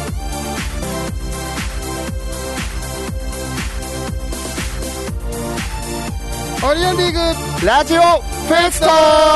オリオンリーグラジオフェスト。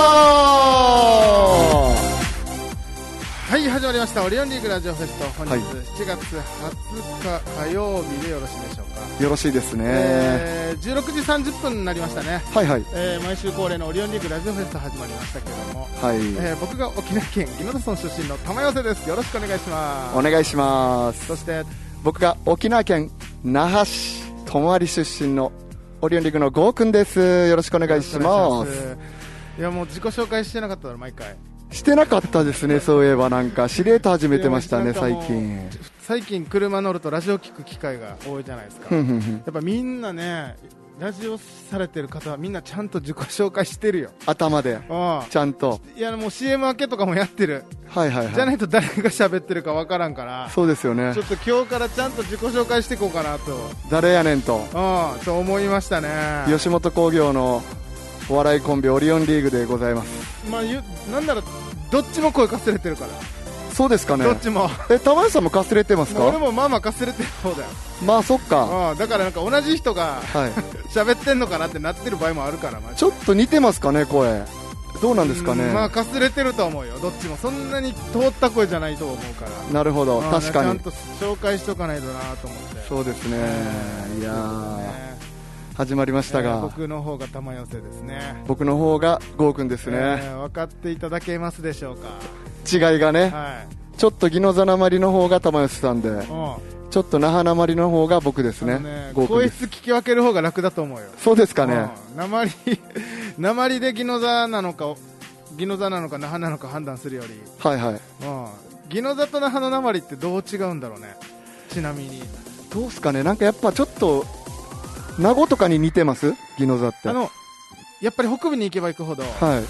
はい、始まりましたオリオンリーグラジオフェスト。本日7月20日火曜日でよろしいでしょうか。 よろしいですね。 16時30分になりましたね。 はいはい。 毎週恒例のオリオンリーグラジオフェスト始まりましたけども、 はい。 僕が沖縄県宜野座村出身の玉寄せです。よろしくお願いします。 お願いします。 そして僕が沖縄県那覇市泊出身のオリオンリーグのゴーくんです。よろしくお願いします。 いや、もう自己紹介してなかったら毎回してなかったですね。そういえばなんか司令塔始めてましたね。最近車乗るとラジオ聞く機会が多いじゃないですか。やっぱみんなね、ラジオされてる方はみんなちゃんと自己紹介してるよ、 頭でちゃんと。 いや、もう CM 明けとかもやってる。 はいはいはい。 じゃないと誰が喋ってるかわからんから。 そうですよね。 ちょっと今日からちゃんと自己紹介していこうかなと。 誰やねんとと思いましたね。 吉本興業のお笑いコンビオリオンリーグでございます。 まあ、なんならどっちも声かすれてるから。 そうですかね。 どっちも。 玉井さんもかすれてますか？ 俺もまあまあかすれてる方だよ。 まあそっか。 だからなんか同じ人が喋ってんのかなってなってる場合もあるから。 ちょっと似てますかね、声。どうなんですかね。 まあかすれてると思うよ。どっちもそんなに通った声じゃないと思うから。 なるほど、確かに。 ちゃんと紹介しとかないとなと思って。 そうですね。いや始まりましたが、 僕の方が玉寄せですね。 僕の方がゴーくんですね。 分かっていただけますでしょうか。 違いがね、ちょっと宜野座なまりの方が玉寄せさんで、ちょっと那覇なまりの方が僕ですね。 声質聞き分ける方が楽だと思うよ。 そうですかね。 なまりで宜野座なのか那覇なのか判断するより、 はいはい。 宜野座と那覇のなまりってどう違うんだろうね。ちなみにどうすかね。なんかやっぱちょっと名護とかに似てます？宜野座って。 やっぱり北部に行けば行くほど、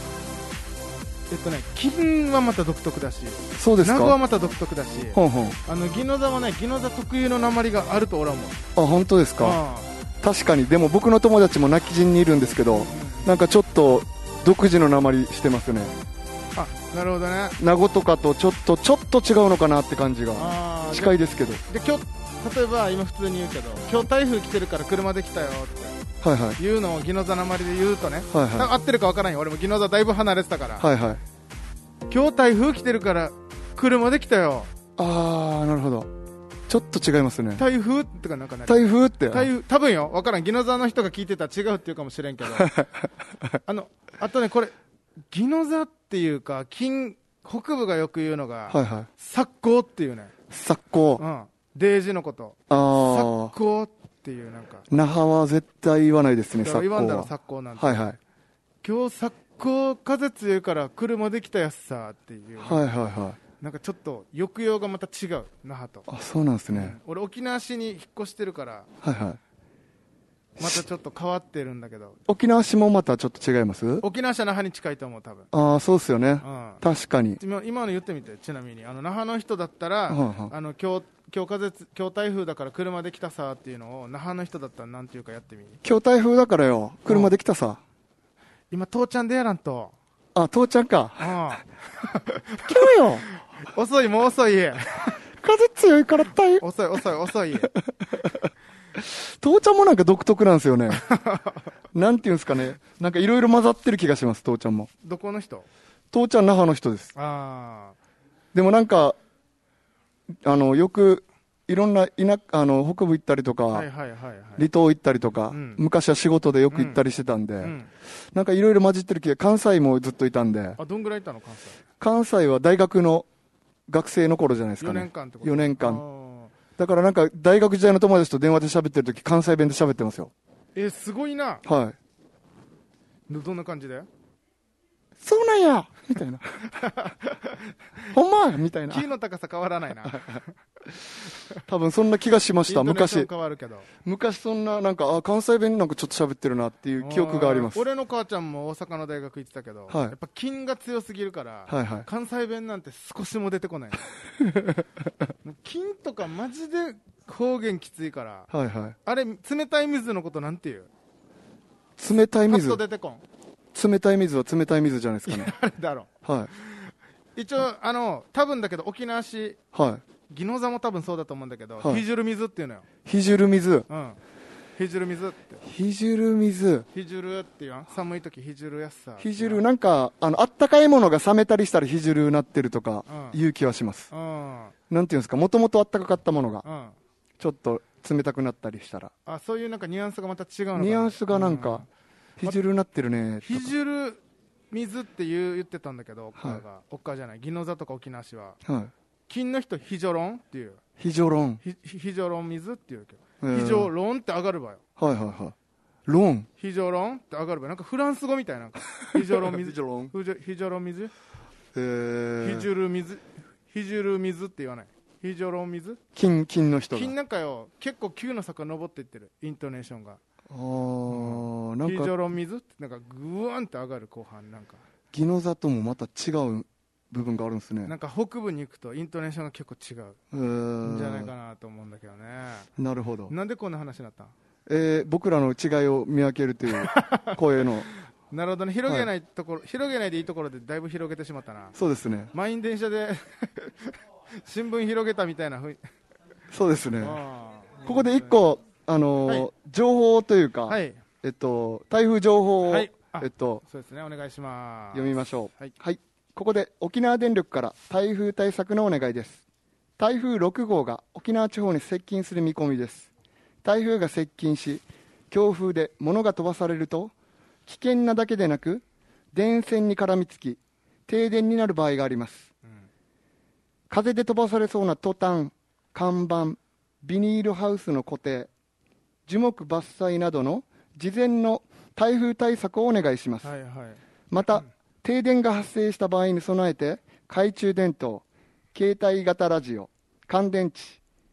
金はまた独特だし、 そうですか。 名護はまた独特だし、宜野座はね、宜野座特有のなまりがあると俺は思う。 あ、本当ですか。確かに。でも僕の友達も泣き陣にいるんですけど、なんかちょっと独自のなまりしてますね。 あ、なるほどね。 名護とかとちょっと違うのかなって感じが。近いですけど。 で今日例えば今普通に言うけど、今日台風来てるから車で来たよって言うのを宜野座なまりで言うとね、合ってるか分からんよ。俺も宜野座だいぶ離れてたから、今日台風来てるから車で来たよ。 ああ、なるほど。ちょっと違いますね。 台風ってかなんかね。 台風って多分よ、分からん。宜野座の人が聞いてたら違うって言うかもしれんけどあとね、これ宜野座っていうか北部がよく言うのが、薩光っていうね。 薩光。 デージのこと。薩光っていう。なんか那覇は絶対言わないですね。 言わんだろ、薩光なんて。今日薩光風強いから車で来たやつさっていう。なんかちょっと抑揚がまた違う、那覇と。 あ、そうなんですね。 俺沖縄市に引っ越してるから、またちょっと変わってるんだけど。沖縄市もまたちょっと違います。 沖縄市は那覇に近いと思う、多分。 ああ、そうですよね。確かに。 今の言ってみて。ちなみに那覇の人だったら、今日台風だから車で来たさっていうのを那覇の人だったらなんていうかやってみ。 今日台風だからよ、車で来たさ。 今父ちゃんでやらんと。 あ、父ちゃんか。今日よ。 遅い、もう遅い。 風強いから遅い。 父ちゃんもなんか独特なんですよね。なんていうんですかね。なんかいろいろ混ざってる気がします、父ちゃんも。 どこの人？ 父ちゃん那覇の人です。でもなんかよくいろんな北部行ったりとか、離島行ったりとか、昔は仕事でよく行ったりしてたんで、なんかいろいろ混じってる気が。関西もずっといたんで。 どんぐらいいたの関西？関西は大学の学生の頃じゃないですかね。4年間。だからなんか大学時代の友達と電話で喋ってるとき関西弁で喋ってますよ。 すごいな。どんな感じで？ そうなんやみたいな。ほんまみたいな。 キーの高さ変わらないな。 多分そんな気がしました。昔そんな、なんか関西弁なんかちょっと喋ってるなっていう記憶があります。 俺の母ちゃんも大阪の大学行ってたけど、やっぱ金が強すぎるから、関西弁なんて少しも出てこない。金とかマジで方言きついから、あれ冷たい水のことなんていう？ 冷たい水。 パッと出てこん。 冷たい水は冷たい水じゃないですかね。 あれだろ。一応多分だけど沖縄市宜野座も多分そうだと思うんだけど、ひじゅる水っていうのよ。 ひじゅる水。 うん。ひじゅる水って。 ひじゅる水。 ひじゅるって言わん？寒い時ひじゅるやすさ。 ひじゅる、なんか、あったかいものが冷めたりしたらひじゅるなってるとか、いう気はします。なんていうんですか、もともとあったかかったものが、ちょっと冷たくなったりしたら。 あ、そういうなんかニュアンスがまた違うのかな。 ニュアンスがなんか、ひじゅるなってるね。 ひじゅる水って言ってたんだけど、おっかじゃない、宜野座とか沖縄市は。金の人、ひじょろんっていう。 ひじょろん。 ひじょろん水っていうけど。ひじょろんって上がるわよ。 はいはいはい。ロン。 ひじょろんって上がるわよ。なんかフランス語みたいな。ひじょろん水。ひじょろん水。ひじゅる水。ひじゅる水って言わない。ひじょろん水。 金の人が。 金なんかよ、結構急な坂登っていってる。イントネーションが。 なんか。 ひじょろん水ってなんかグワンって上がる後半なんか。 宜野座ともまた違う部分があるんですね。 なんか北部に行くとイントネーションが結構違うんじゃないかなと思うんだけどね。 なるほど。 なんでこんな話になったん？ 僕らの違いを見分けるという声のなるほどね。広げないでいいところでだいぶ広げてしまったな。 そうですね。 満員電車で新聞広げたみたいなそうですね。ここで一個情報というか、台風情報をそうですね、お願いします。 読みましょう。はい。ここで沖縄電力から台風対策のお願いです。台風6号が沖縄地方に接近する見込みです。台風が接近し、強風で物が飛ばされると、危険なだけでなく、電線に絡みつき、停電になる場合があります。風で飛ばされそうなトタン、看板、ビニールハウスの固定、樹木伐採などの事前の台風対策をお願いします。また、停電が発生した場合に備えて、懐中電灯、携帯型ラジオ、乾電池、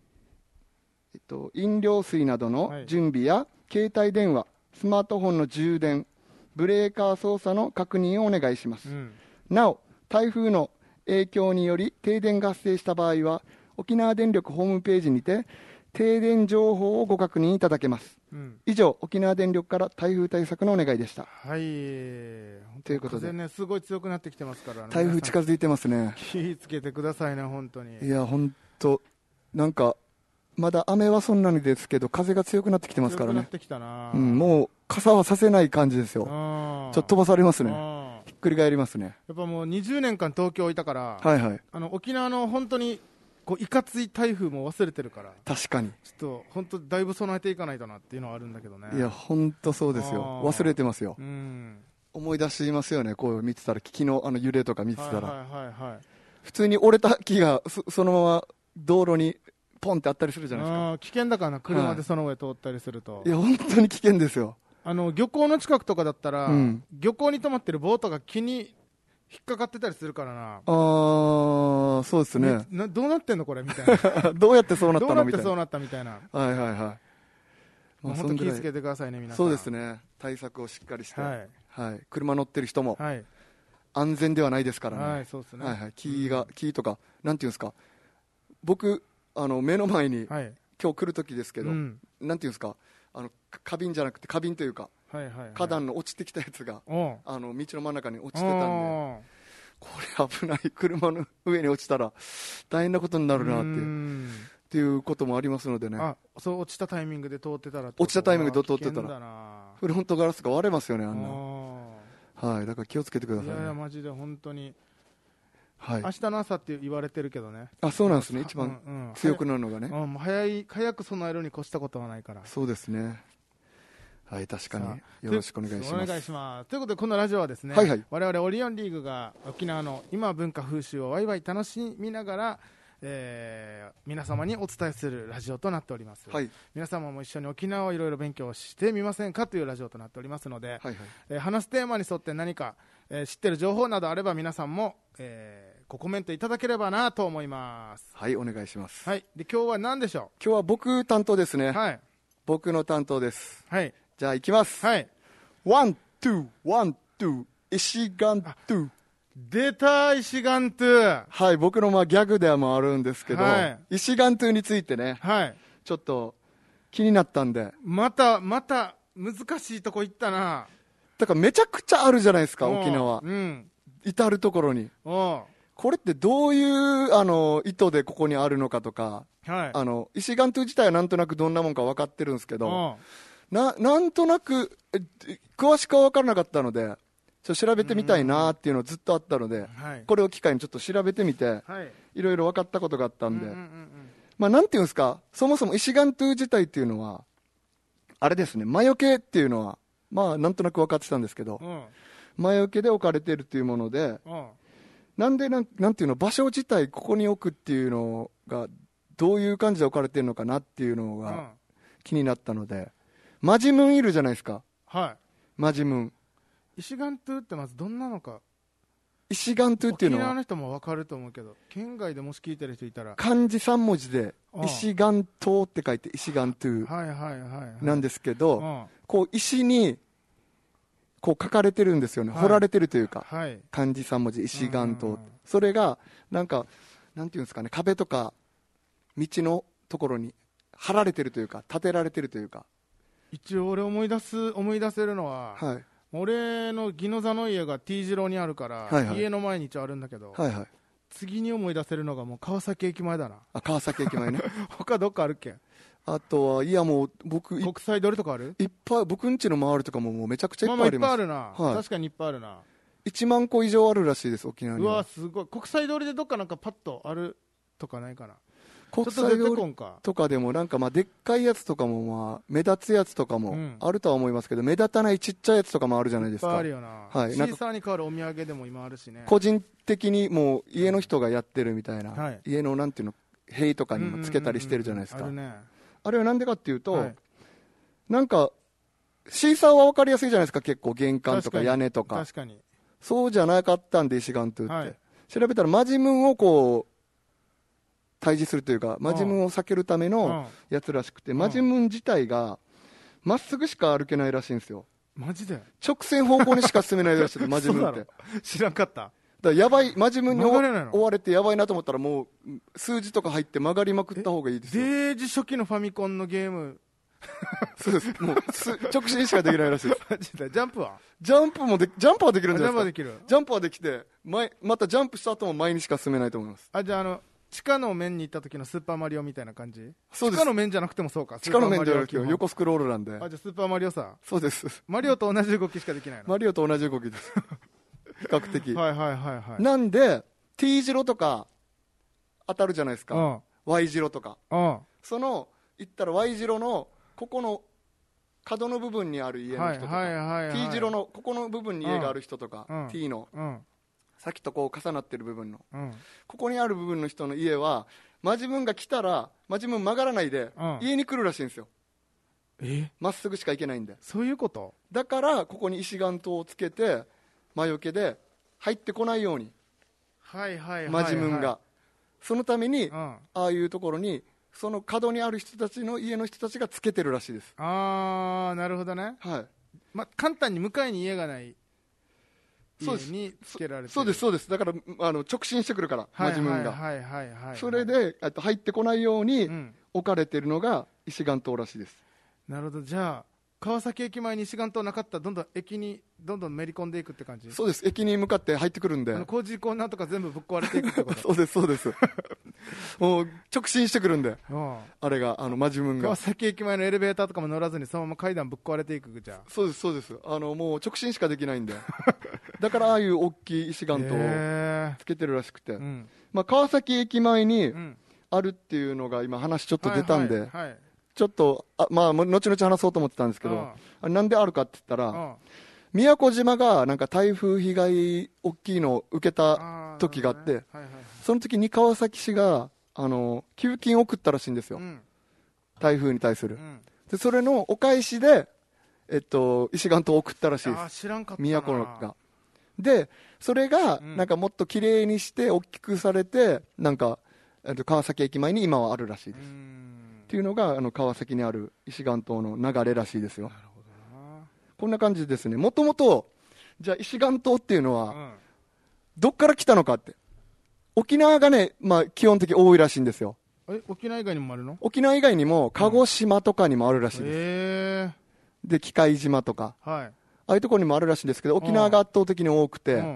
飲料水などの準備や、携帯電話、スマートフォンの充電、ブレーカー操作の確認をお願いします。なお、台風の影響により停電が発生した場合は、沖縄電力ホームページにて、停電情報をご確認いただけます。以上、沖縄電力から台風対策のお願いでした。 はい。 ということで、 風ね、すごい強くなってきてますからね。 台風近づいてますね。 気をつけてくださいね、本当に。 いや、本当、なんか、まだ雨はそんなにですけど、風が強くなってきてますからね。 強くなってきたな。 もう、傘はさせない感じですよ。ちょっと飛ばされますね。ひっくり返りますね。 やっぱもう20年間東京いたから、沖縄の本当に、いかつい台風も忘れてるから。 確かに。 ちょっと本当だいぶ備えていかないとなっていうのはあるんだけどね。 いや本当そうですよ。忘れてますよ。思い出しますよね。こう見てたら、木の揺れとか見てたら、普通に折れた木がそのまま道路にポンってあったりするじゃないですか。 危険だからな、車でその上通ったりすると。 いや本当に危険ですよ。 漁港の近くとかだったら、漁港に止まってるボートが木に引っかかってたりするからな。 そうですね。 どうなってんのこれみたいな。 どうやってそうなったのみたいな。 どうなってそうなったみたいな。 はいはいはい。 本当気をつけてくださいね、皆さん。 そうですね。対策をしっかりして。車乗ってる人も、安全ではないですからね。 そうですね。 木とか、なんていうんですか。僕、目の前に、今日来る時ですけど、なんていうんですか、花瓶じゃなくて、花瓶というか、花壇の落ちてきたやつが道の真ん中に落ちてたんで、これ危ない、車の上に落ちたら大変なことになるなっていうこともありますのでね。 そう落ちたタイミングで通ってたら、 落ちたタイミングで通ってたらフロントガラスが割れますよね、あんな。だから気をつけてくださいね。 いやマジで本当に。明日の朝って言われてるけどね。 そうなんですね。一番強くなるのがね。 早く備えるに越したことはないから。 そうですね。はい、確かに。よろしくお願いします。 お願いします。ということで、このラジオはですね、我々オリオンリーグが沖縄の今文化風習をワイワイ楽しみながら、皆様にお伝えするラジオとなっております。皆様も一緒に沖縄をいろいろ勉強してみませんかというラジオとなっておりますので、話すテーマに沿って何か、知ってる情報などあれば皆さんも、ごコメントいただければなと思います。 はい、お願いします。 で、今日は何でしょう？ 今日は僕担当ですね。僕の担当です。じゃあ行きます。ワン、ツー、ワン、ツー、石岩トゥ。 出た、石岩トゥ。 僕のギャグでもあるんですけど、石岩トゥについてね、ちょっと気になったんで。 また難しいとこ行ったな。 だからめちゃくちゃあるじゃないですか、沖縄。至るところに。ここれってどういう意図でここにあるのかとか、はい、石岩島自体はなんとなくどんなもんか分かってるんですけど、なんとなく詳しくは分からなかったので、調べてみたいなっていうのずっとあったので、これを機会にちょっと調べてみて、いろいろ分かったことがあったんで、まあなんていうんですか、そもそも石岩島自体っていうのは、あれですね、魔除けっていうのは、まあなんとなく分かってたんですけど、魔除けで置かれているっていうもので、なんていうの、場所自体ここに置くっていうのが、どういう感じで置かれてるのかなっていうのが気になったので、マジムンいるじゃないですか。はい。マジムン。 石岩島ってまずどんなのか。 石岩島っていうのは沖縄の人も分かると思うけど、県外でもし聞いてる人いたら、 漢字3文字で石岩島って書いて石岩島なんですけど、こう石にこう書かれてるんですよね、彫られてるというか、漢字3文字石岩島、それがなんかなんていうんですかね、壁とか道のところに貼られてるというか、建てられてるというか。 一応俺思い出せるのは、はい、俺の宜野座の家が T 字路にあるから、はいはい、家の前に一応あるんだけど、はいはい、次に思い出せるのがもう川崎駅前だな。 あ、川崎駅前ね。 他どっかあるっけ？ あとは、いやもう僕、 国際通りとかある？ いっぱい、僕ん家の周りとかももうめちゃくちゃいっぱいあります。 まあまあいっぱいあるな、はい。確かにいっぱいあるな。 1万個以上あるらしいです、沖縄には。 うわ、すごい。国際通りでどっかなんかパッとあるとかないかな。 国際通りとかでもなんかまあでっかいやつとかもまあ目立つやつとかもあるとは思いますけど、目立たないちっちゃいやつとかもあるじゃないですか。 いっぱいあるよな。はい。シーサーに代わるお土産でも今あるしね。 個人的にもう家の人がやってるみたいな、はい、家のなんていうの、塀とかにもつけたりしてるじゃないですか。あれはなんでかっていうと、はい、なんかシーサーは分かりやすいじゃないですか、結構玄関とか屋根とか。 確かに。 そうじゃなかったんで、石岩島って、はい、調べたらマジムンをこう対峙するというか、マジムンを避けるためのやつらしくて、マジムン自体がまっすぐしか歩けないらしいんですよ。 マジで？ 直線方向にしか進めないらしいマジムンって。 知らんかった。 だからやばい、マジムンに追われてやばいなと思ったら、もう数字とか入って曲がりまくった方がいいですよ。 デージ初期のファミコンのゲーム。 そうです。もう直進しかできないらしいです。 マジで？ジャンプは？ ジャンプはできるんじゃないですか。 ジャンプはできる。 ジャンプはできて、またジャンプした後も前にしか進めないと思います。 あ、じゃあ地下の面に行った時のスーパーマリオみたいな感じ？そうです。地下の面じゃなくてもそうか。 地下の面じゃなくても横スクロールなんで。 あ、じゃあスーパーマリオさ。 そうです。 マリオと同じ動きしかできないの？ マリオと同じ動きです。比較的。 はいはいはいはい。 なんで、T 字路とか当たるじゃないですか。Y 字路とか。その、行ったら Y 字路の、ここの角の部分にある家の人とか、T 字路のここの部分に家がある人とか、T の、さっきとこう重なってる部分の、ここにある部分の人の家は、マジムンが来たら、マジムン曲がらないで、家に来るらしいんですよ。まっすぐしか行けないんで。 そういうこと？ だから、ここに石岩島をつけて、魔除けで入ってこないように、マジムンが。そのために、ああいうところに、その角にある人たちの家の人たちがつけてるらしいです。 あー、なるほどね。はい。ま、簡単に向かいに家がない家につけられてる。 そうです、そうです。だから、直進してくるから、マジムンが。それで、入ってこないように置かれてるのが石岩島らしいです。 なるほど。じゃあ、川崎駅前に石岩島なかったらどんどん駅にどんどんめり込んでいくって感じ？ そうです。駅に向かって入ってくるんで、 工事コーナーとか全部ぶっ壊れていくってこと？ そうです、そうです。もう直進してくるんで、あれがマジムンが川崎駅前のエレベーターとかも乗らずにそのまま階段ぶっ壊れていく。じゃあそうです、そうです。もう直進しかできないんでだからああいう大きい石岩島をつけてるらしくて、まあ、川崎駅前にあるっていうのが今話ちょっと出たんで、ちょっとまあ後々話そうと思ってたんですけど、なんであるかって言ったら、宮古島がなんか台風被害大きいのを受けた時があって、その時に川崎市が給付金を送ったらしいんですよ、台風に対する、でそれのお返しで、石岩島を送ったらしいです。 知らんかったな。 宮古が。でそれがなんかもっと綺麗にして大きくされて、なんか川崎駅前に今はあるらしいです。っていうのが川崎にある石岩島の流れらしいですよ。なるほどな。こんな感じですね。もともとじゃあ石岩島っていうのは、どっから来たのかって、沖縄がね、まあ、基本的に多いらしいんですよ。 沖縄以外にもあるの？ 沖縄以外にも鹿児島とかにもあるらしいです。で喜界島とか、ああいうところにもあるらしいんですけど、沖縄が圧倒的に多くて、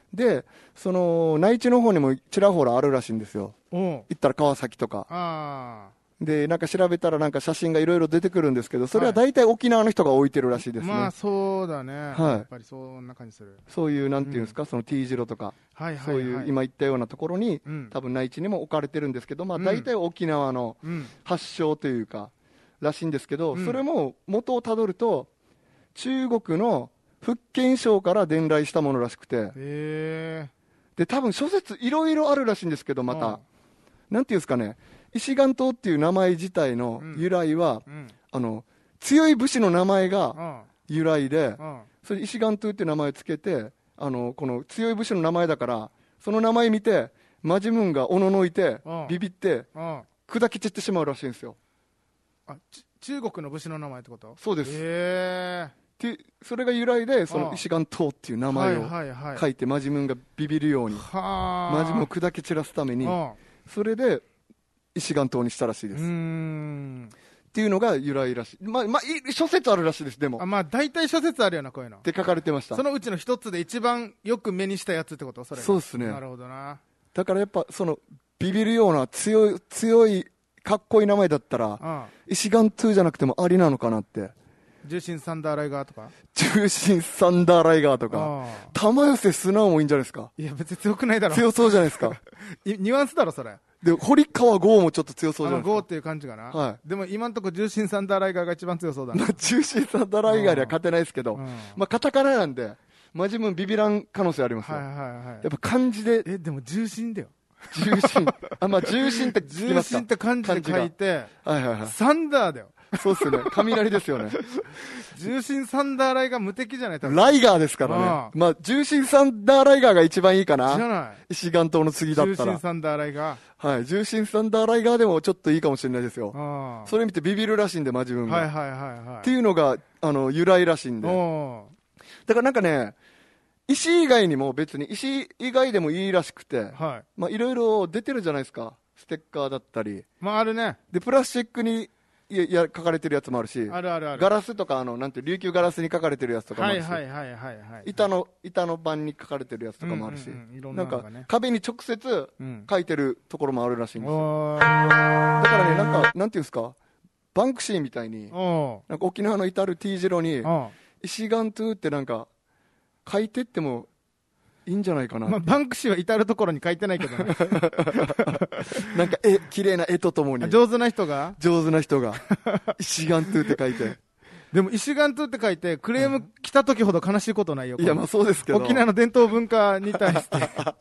で、その、内地の方にもちらほらあるらしいんですよ。行ったら川崎とか。で、なんか調べたらなんか写真がいろいろ出てくるんですけど、それは大体沖縄の人が置いてるらしいですね。 まあそうだね。やっぱりそんな感じする。 そういう、なんていうんですか、その T 字路とか、そういう今言ったようなところに、多分内地にも置かれてるんですけど、まあ大体沖縄の発祥というか、らしいんですけど、それも元をたどると、中国の福建省から伝来したものらしくて、で、多分諸説いろいろあるらしいんですけど、また、なんていうんですかね、石岩島っていう名前自体の由来は、強い武士の名前が由来で、それ石岩島っていう名前をつけて、この強い武士の名前だから、その名前見て、マジムンがおののいて、ビビって、砕き散ってしまうらしいんですよ。 中国の武士の名前ってこと？ そうです。それが由来で、その石岩島っていう名前を書いて、マジムンがビビるように、マジムンを砕き散らすために、それで、石岩島にしたらしいです。っていうのが由来らしい。まあ、諸説あるらしいです、でも。 まあ、大体諸説あるよな、こういうの。 って書かれてました。 そのうちの一つで一番よく目にしたやつってこと？それ。 そうですね。 なるほどな。 だからやっぱ、その、ビビるような強い、かっこいい名前だったら、石岩島じゃなくてもありなのかなって。 重心サンダーライガーとか重心サンダーライガーとか。玉寄せ素直もいいんじゃないですか。 いや、別に強くないだろ。 強そうじゃないですか。 ニュアンスだろ、それ。 で、堀川剛もちょっと強そうじゃないですか。 剛っていう感じかな。でも今んとこ重心サンダーライガーが一番強そうだな。 重心サンダーライガーには勝てないですけど、まあ、カタカナなんで、マジムンビビらん可能性ありますよ。やっぱ漢字で。 でも重心だよ。 重心。まあ、重心って聞きますか。 重心って漢字で書いて、サンダーだよ。 そうっすね。雷ですよね。 重心サンダーライガー無敵じゃない？ ライガーですからね。まあ、重心サンダーライガーが一番いいかな。 じゃない。 石岩島の次だったら。 重心サンダーライガー。はい。重心サンダーライガーでもちょっといいかもしれないですよ。それ見てビビるらしいんで、自分が。っていうのが、由来らしいんで。だからなんかね、石以外にも別に石以外でもいいらしくて、まあいろいろ出てるじゃないですか。ステッカーだったり。 まああるね。 で、プラスチックに書かれてるやつもあるし、 あるあるある。 ガラスとか、なんて琉球ガラスに書かれてるやつとかもあるし、板の板に書かれてるやつとかもあるし、なんか壁に直接書いてるところもあるらしいんですよ。だからね、なんていうんですか、バンクシーみたいに、なんか沖縄の至る T 字路に、石岩島ってなんか、書いてってもいいんじゃないかな。 まあ、バンクシーは至るところに書いてないけどね。 なんか綺麗な絵とともに。 上手な人が石岩島って書いて。 でも石岩島って書いて、クレーム来た時ほど悲しいことないよ。 いや、まあそうですけど。 沖縄の伝統文化に対して。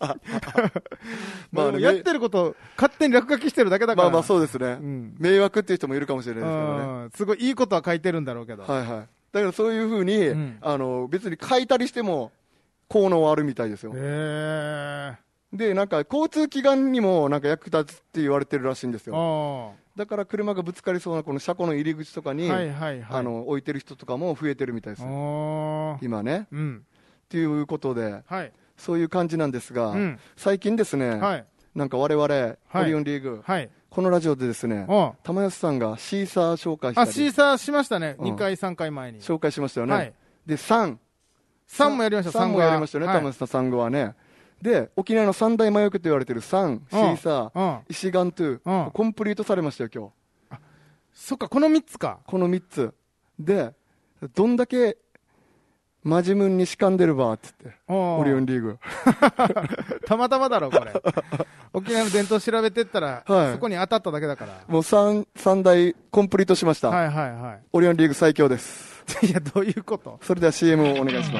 まあ、やってること、勝手に落書きしてるだけだから。 まあそうですね。迷惑っていう人もいるかもしれないですけどね。 すごいいいことは書いてるんだろうけど。 はいはい。だからそういうふうに、別に書いたりしても、効能はあるみたいですよ。で、なんか交通祈願にもなんか役立つって言われてるらしいんですよ。だから車がぶつかりそうなこの車庫の入り口とかに、置いてる人とかも増えてるみたいです。今ね。っていうことで、そういう感じなんですが、最近ですね、なんか我々、オリオンリーグ、このラジオでですね、玉安さんがシーサー紹介したり。 シーサーしましたね。2回、3回前に。 紹介しましたよね。で、3 もやりました、 3もやりましたね、玉安さんはね。で、沖縄の三大魔除けと言われてる3、シーサー、石岩島、コンプリートされましたよ、今日。 そっか、この3つか。 この3つ。で、どんだけ、マジムンにしかんでるばって言って、オリオンリーグ。 たまたまだろ、これ。沖縄の伝統調べてったら、そこに当たっただけだから。 もう三大コンプリートしました。オリオンリーグ最強です。 いや、どういうこと？ それでは CM をお願いします。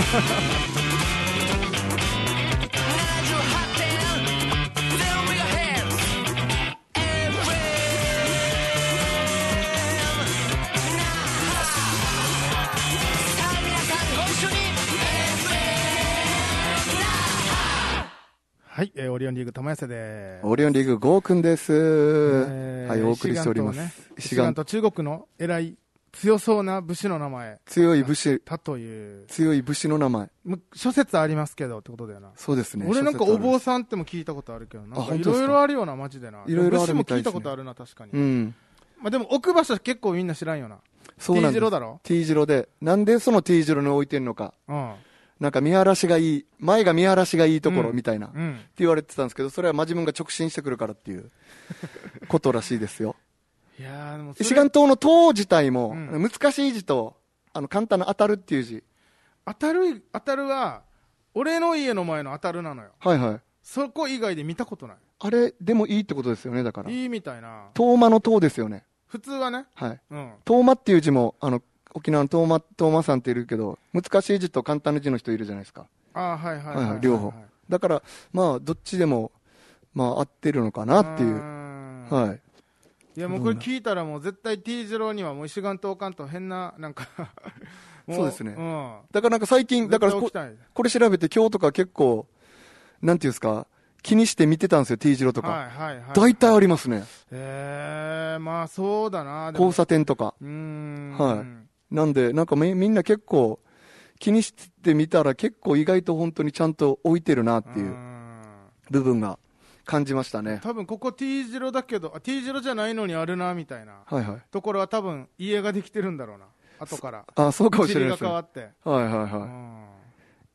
はい、オリオンリーグ玉瀬でオリオンリーグゴーくんです。はい、お送りしております。 石岩と中国の偉い強そうな武士の名前。 強い武士。 だという。 強い武士の名前。 諸説ありますけどってことだよな。 そうですね。 俺なんかお坊さんっても聞いたことあるけどな。いろいろあるような、マジでな。 いろいろあるみたいですね。 武士も聞いたことあるな、確かに。うん。まあでも置く場所結構みんな知らんよな。 そうなんです。 T 字路だろ？ T 字路で。なんでその T 字路に置いてんのか。うん。 なんか見晴らしがいい、前が見晴らしがいいところみたいな、って言われてたんですけど、それは自分が直進してくるからっていうことらしいですよ。 いやでも石岩島の島自体も、難しい字と、簡単な当たるっていう字。 当たるは、俺の家の前の当たるなのよ。 はいはい。 そこ以外で見たことない。 あれ、でもいいってことですよね、だから。 いいみたいな。 遠間の遠ですよね。 普通はね。 はい。遠間っていう字も、沖縄の遠間さんっているけど、難しい字と簡単な字の人いるじゃないですか。 はいはいはい。 両方。だから、まあ、どっちでも、まあ、合ってるのかなっていう。はい。 いや、もうこれ聞いたらもう絶対 T 字路にはもう石岩島関東変な、なんかそうですね。だからなんか最近、だからこれ調べて今日とか結構、なんていうんですか、気にして見てたんですよ、T 字路とか。大体ありますね。 まあそうだな。 交差点とか。はい。なんで、なんかみんな結構、気にしてみたら結構意外と本当にちゃんと置いてるなっていう部分が感じましたね。 多分ここ T 字路だけど、T 字路じゃないのにあるなみたいなところは多分家ができてるんだろうな、後から。 そうかもしれないですね。 が変わって。 はいはいはい。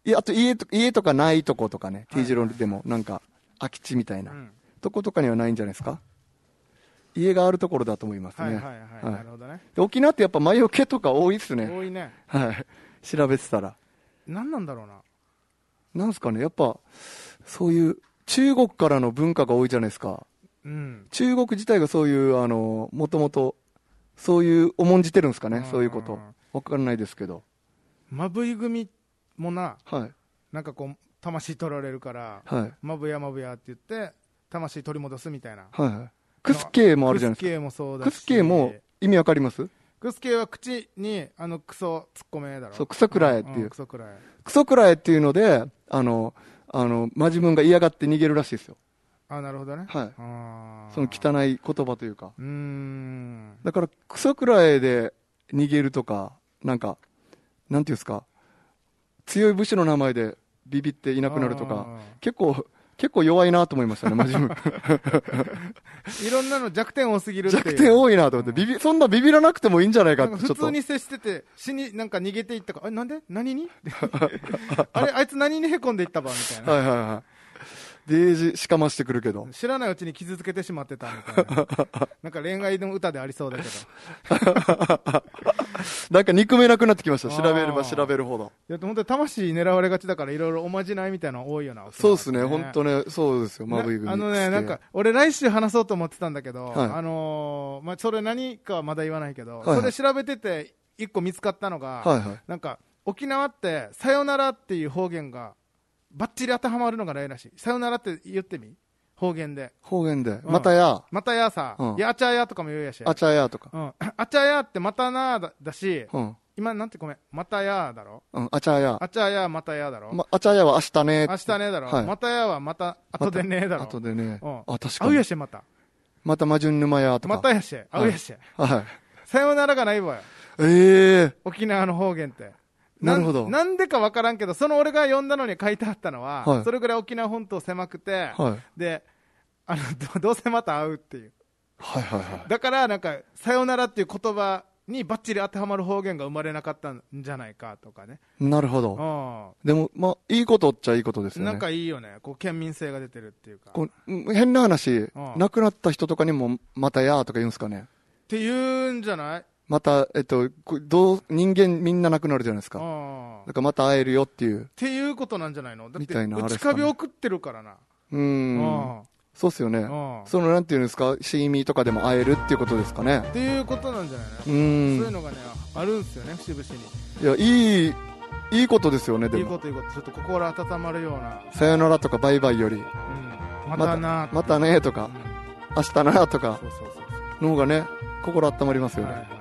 いや、あと家とかないとことかね、T 字路でもなんか空き地みたいなとことかにはないんじゃないですか。家があるところだと思いますね。 なるほどね。 沖縄ってやっぱ魔除けとか多いっすね。 多いね。 はい。調べてたら。 何なんだろうな。 なんすかね、やっぱ、そういう、中国からの文化が多いじゃないですか。中国自体がそういう、もともと、そういう重んじてるんですかね、そういうこと。わかんないですけど。 まぶい組もな、なんかこう、魂取られるから、まぶやまぶやって言って、魂取り戻すみたいな。 クスケもあるじゃないですか。 クスケもそうだし。 クスケも意味わかります？ クスケは口にクソ突っ込めだろ。 そう、クソくらえっていう。 クソくらえ。 クソくらえっていうので、マジムンが嫌がって逃げるらしいですよ。 なるほどね。 はい。その汚い言葉というか。だから、クソくらえで逃げるとか、なんか、なんていうんですか、強い武士の名前でビビっていなくなるとか、結構弱いなと思いましたね、マジムン。 いろんなの弱点多すぎるっていう。 弱点多いなと思って、そんなビビらなくてもいいんじゃないかってちょっと。 普通に接してて、なんか逃げていったか、なんで何にあいつ何に凹んでいったばみたいな。 はいはいはい。デージしかましてくるけど。 知らないうちに傷つけてしまってたみたいな。なんか恋愛の歌でありそうだけど。 なんか憎めなくなってきました。調べれば調べるほど。 いや、本当に魂狙われがちだからいろいろおまじないみたいなの多いよな。 そうですね、本当ね、そうですよ、まぶい組。 なんか、俺来週話そうと思ってたんだけど、まあ、それ何かはまだ言わないけど、それ調べてて一個見つかったのが、なんか、沖縄ってさよならっていう方言が、バッチリ当てはまるのがないらしい。さよならって言ってみ、方言で。 またや。 またやさ。いや、あちゃやとかも言うやし。 あちゃやとか。 あちゃやってまたなだし、今なんてごめん、またやだろ。 あちゃや。 あちゃや、またやだろ。 あちゃやは明日ね。 明日ねだろ。またやはまた後でねだろ。 後でね。確かに。 会うやし、また。 またまじゅんぬまやとか。 またやし、会うやし。さよならがないわよ。沖縄の方言って。 なるほど。 なんでかわからんけど、その俺が読んだのに書いてあったのは、それぐらい沖縄本島狭くて、で、どうせまた会うっていう。だから、なんか、さよならっていう言葉にバッチリ当てはまる方言が生まれなかったんじゃないかとかね。 なるほど。でも、まあ、いいことっちゃいいことですよね。 なんかいいよね。こう、県民性が出てるっていうか。 変な話、亡くなった人とかにも、またやーとか言うんですかね。 って言うんじゃない？ また、人間みんな亡くなるじゃないですか。だからまた会えるよっていう。 っていうことなんじゃないの？だって、内カビ送ってるからな。 そうっすよね。その、なんていうんですか、シーミーとかでも会えるっていうことですかね。 っていうことなんじゃないの？そういうのがね、あるんですよね、節々に。 いや、いいことですよね、でも。 いいこと。ちょっと心温まるような。 さよならとかバイバイより。 またな。 またねとか、明日なとか、の方がね、心温まりますよね。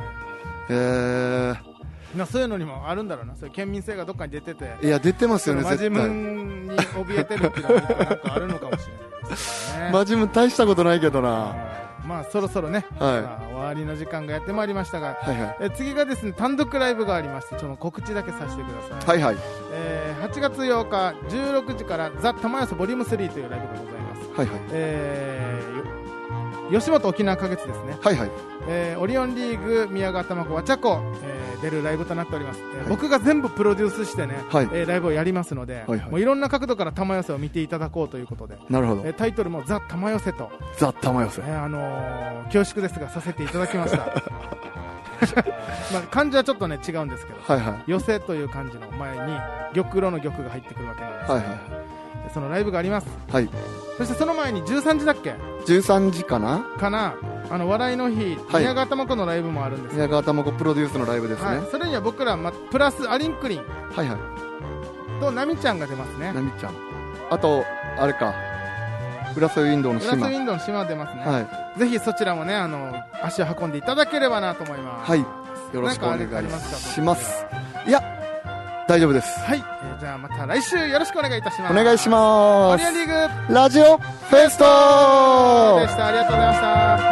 そういうのにもあるんだろうな。そういう県民性がどっかに出てて。 いや、出てますよね、 絶対。マジムンに怯えてるっていうのはなんかあるのかもしれないですけどね。 マジムン大したことないけどな。 まあ、そろそろね、終わりの時間がやってまいりましたが、次がですね、単独ライブがありまして、ちょっと告知だけさせてください。8月8日16時からザ・玉寄せボリューム3というライブがございます。 吉本沖縄花月ですね。 はいはい。 オリオンリーグ宮川玉子わちゃこ、出るライブとなっております。僕が全部プロデュースしてね、ライブをやりますので、もういろんな角度から玉寄せを見ていただこうということで。 なるほど。 タイトルもザ・玉寄せと。 ザ・玉寄せ。 恐縮ですがさせていただきました。まあ漢字はちょっとね違うんですけど、寄せという漢字の前に玉露の玉が入ってくるわけなんです。そのライブがあります。そしてその前に13時だっけ ？13時かな笑いの日、宮川玉子のライブもあるんです。 宮川玉子プロデュースのライブですね。 それには僕ら、プラスアリンクリンとナミちゃんが出ますね。 ナミちゃん、あとあれか、浦添ウィンドウの島、 出ますね。ぜひそちらもね足を運んでいただければなと思います。 よろしくお願いします。いや大丈夫です。 じゃあまた来週よろしくお願いいたします。 お願いします。 オリオンリーグラジオフェストでした。ありがとうございました。